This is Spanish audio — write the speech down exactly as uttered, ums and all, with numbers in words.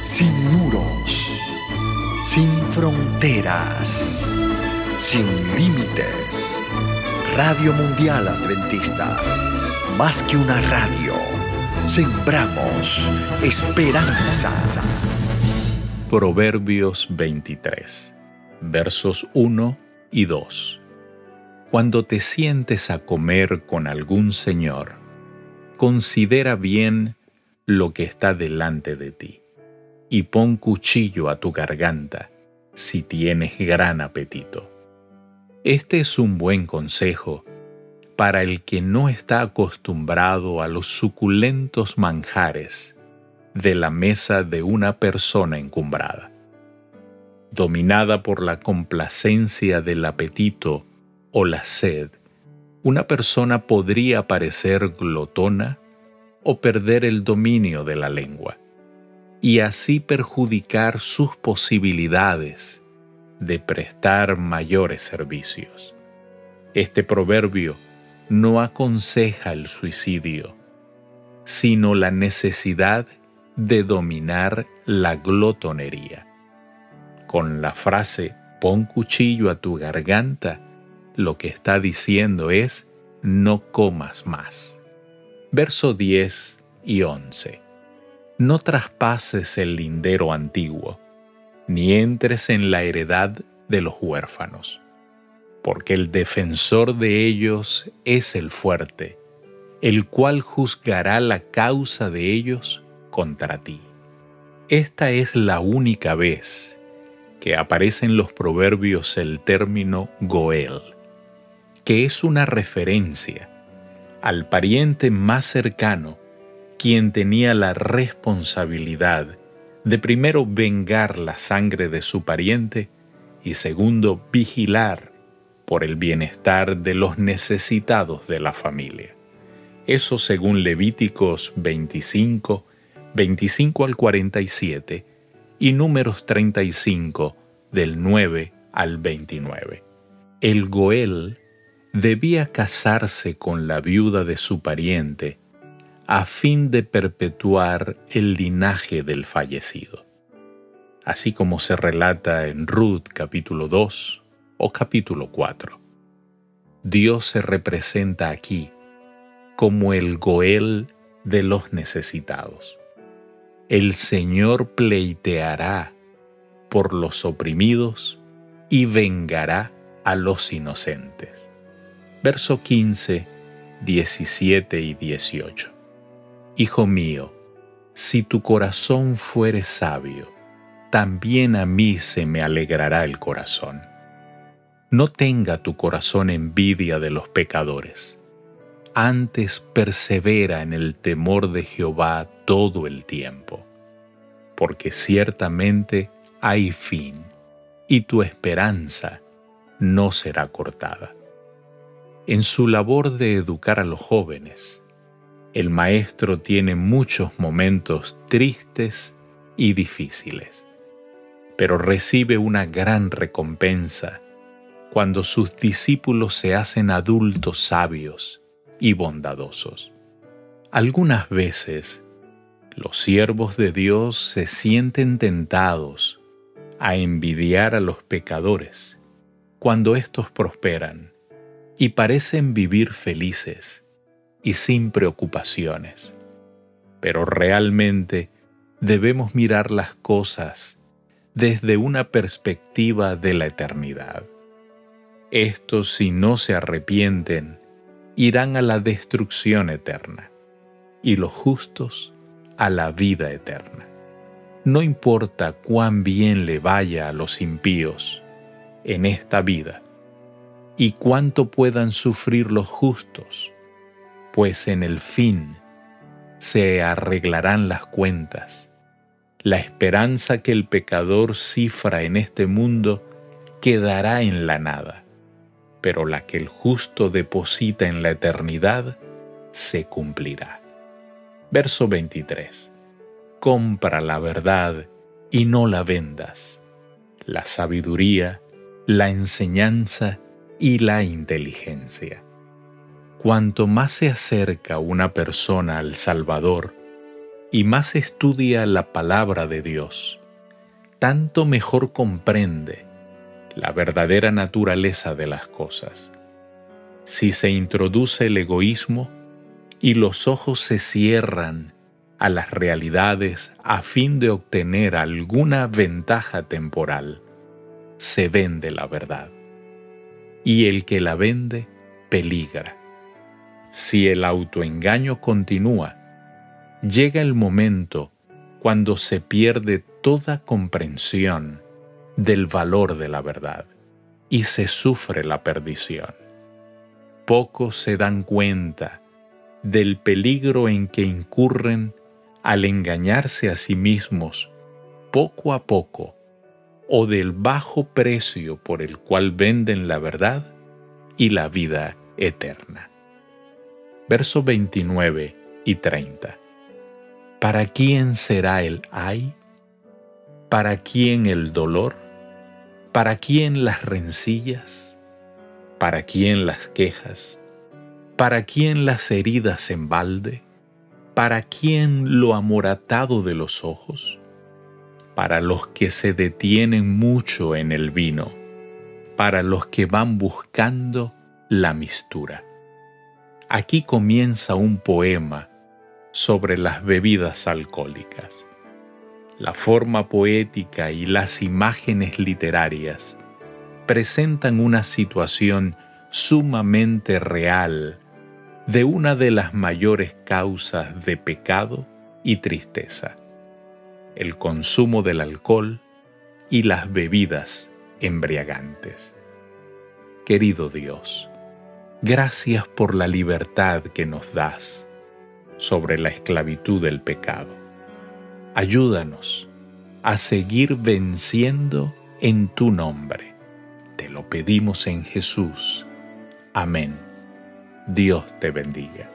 sin muros, sin fronteras, sin límites. Radio Mundial Adventista, más que una radio, sembramos esperanza. Proverbios veintitrés, versos uno y dos. Cuando te sientes a comer con algún señor, considera bien lo que está delante de ti, y pon cuchillo a tu garganta si tienes gran apetito. Este es un buen consejo para el que no está acostumbrado a los suculentos manjares de la mesa de una persona encumbrada. Dominada por la complacencia del apetito o la sed, una persona podría parecer glotona o perder el dominio de la lengua, y así perjudicar sus posibilidades de prestar mayores servicios. Este proverbio no aconseja el suicidio, sino la necesidad de dominar la glotonería. Con la frase «pon cuchillo a tu garganta», lo que está diciendo es «no comas más». Verso diez y once. No traspases el lindero antiguo, ni entres en la heredad de los huérfanos, porque el defensor de ellos es el fuerte, el cual juzgará la causa de ellos contra ti. Esta es la única vez que aparece en los proverbios el término Goel, que es una referencia al pariente más cercano, quien tenía la responsabilidad de primero vengar la sangre de su pariente y segundo vigilar por el bienestar de los necesitados de la familia. Eso según Levíticos veinticinco, veinticinco al cuarenta y siete y Números treinta y cinco del nueve al veintinueve. El Goel debía casarse con la viuda de su pariente a fin de perpetuar el linaje del fallecido, así como se relata en Ruth capítulo dos o capítulo cuatro. Dios se representa aquí como el Goel de los necesitados. El Señor pleiteará por los oprimidos y vengará a los inocentes. Verso quince, diecisiete y dieciocho. Hijo mío, si tu corazón fuere sabio, también a mí se me alegrará el corazón. No tenga tu corazón envidia de los pecadores, antes persevera en el temor de Jehová todo el tiempo, porque ciertamente hay fin, y tu esperanza no será cortada. En su labor de educar a los jóvenes, el maestro tiene muchos momentos tristes y difíciles, pero recibe una gran recompensa cuando sus discípulos se hacen adultos sabios y bondadosos. Algunas veces, los siervos de Dios se sienten tentados a envidiar a los pecadores cuando éstos prosperan y parecen vivir felices y sin preocupaciones. Pero realmente debemos mirar las cosas desde una perspectiva de la eternidad. Estos, si no se arrepienten, irán a la destrucción eterna, y los justos a la vida eterna. No importa cuán bien le vaya a los impíos en esta vida, y cuánto puedan sufrir los justos, pues en el fin se arreglarán las cuentas. La esperanza que el pecador cifra en este mundo quedará en la nada, pero la que el justo deposita en la eternidad se cumplirá. Verso veintitrés. Compra la verdad y no la vendas, la sabiduría, la enseñanza y la inteligencia. Cuanto más se acerca una persona al Salvador y más estudia la palabra de Dios, tanto mejor comprende la verdadera naturaleza de las cosas. Si se introduce el egoísmo y los ojos se cierran a las realidades a fin de obtener alguna ventaja temporal, se vende la verdad. Y el que la vende peligra. Si el autoengaño continúa, llega el momento cuando se pierde toda comprensión del valor de la verdad y se sufre la perdición. Pocos se dan cuenta del peligro en que incurren al engañarse a sí mismos poco a poco, o del bajo precio por el cual venden la verdad y la vida eterna. Versos veintinueve y treinta. ¿Para quién será el ay? ¿Para quién el dolor? ¿Para quién las rencillas? ¿Para quién las quejas? ¿Para quién las heridas en balde? ¿Para quién lo amoratado de los ojos? Para los que se detienen mucho en el vino, para los que van buscando la mistura. Aquí comienza un poema sobre las bebidas alcohólicas. La forma poética y las imágenes literarias presentan una situación sumamente real de una de las mayores causas de pecado y tristeza: el consumo del alcohol y las bebidas embriagantes. Querido Dios, gracias por la libertad que nos das sobre la esclavitud del pecado. Ayúdanos a seguir venciendo en tu nombre. Te lo pedimos en Jesús. Amén. Dios te bendiga.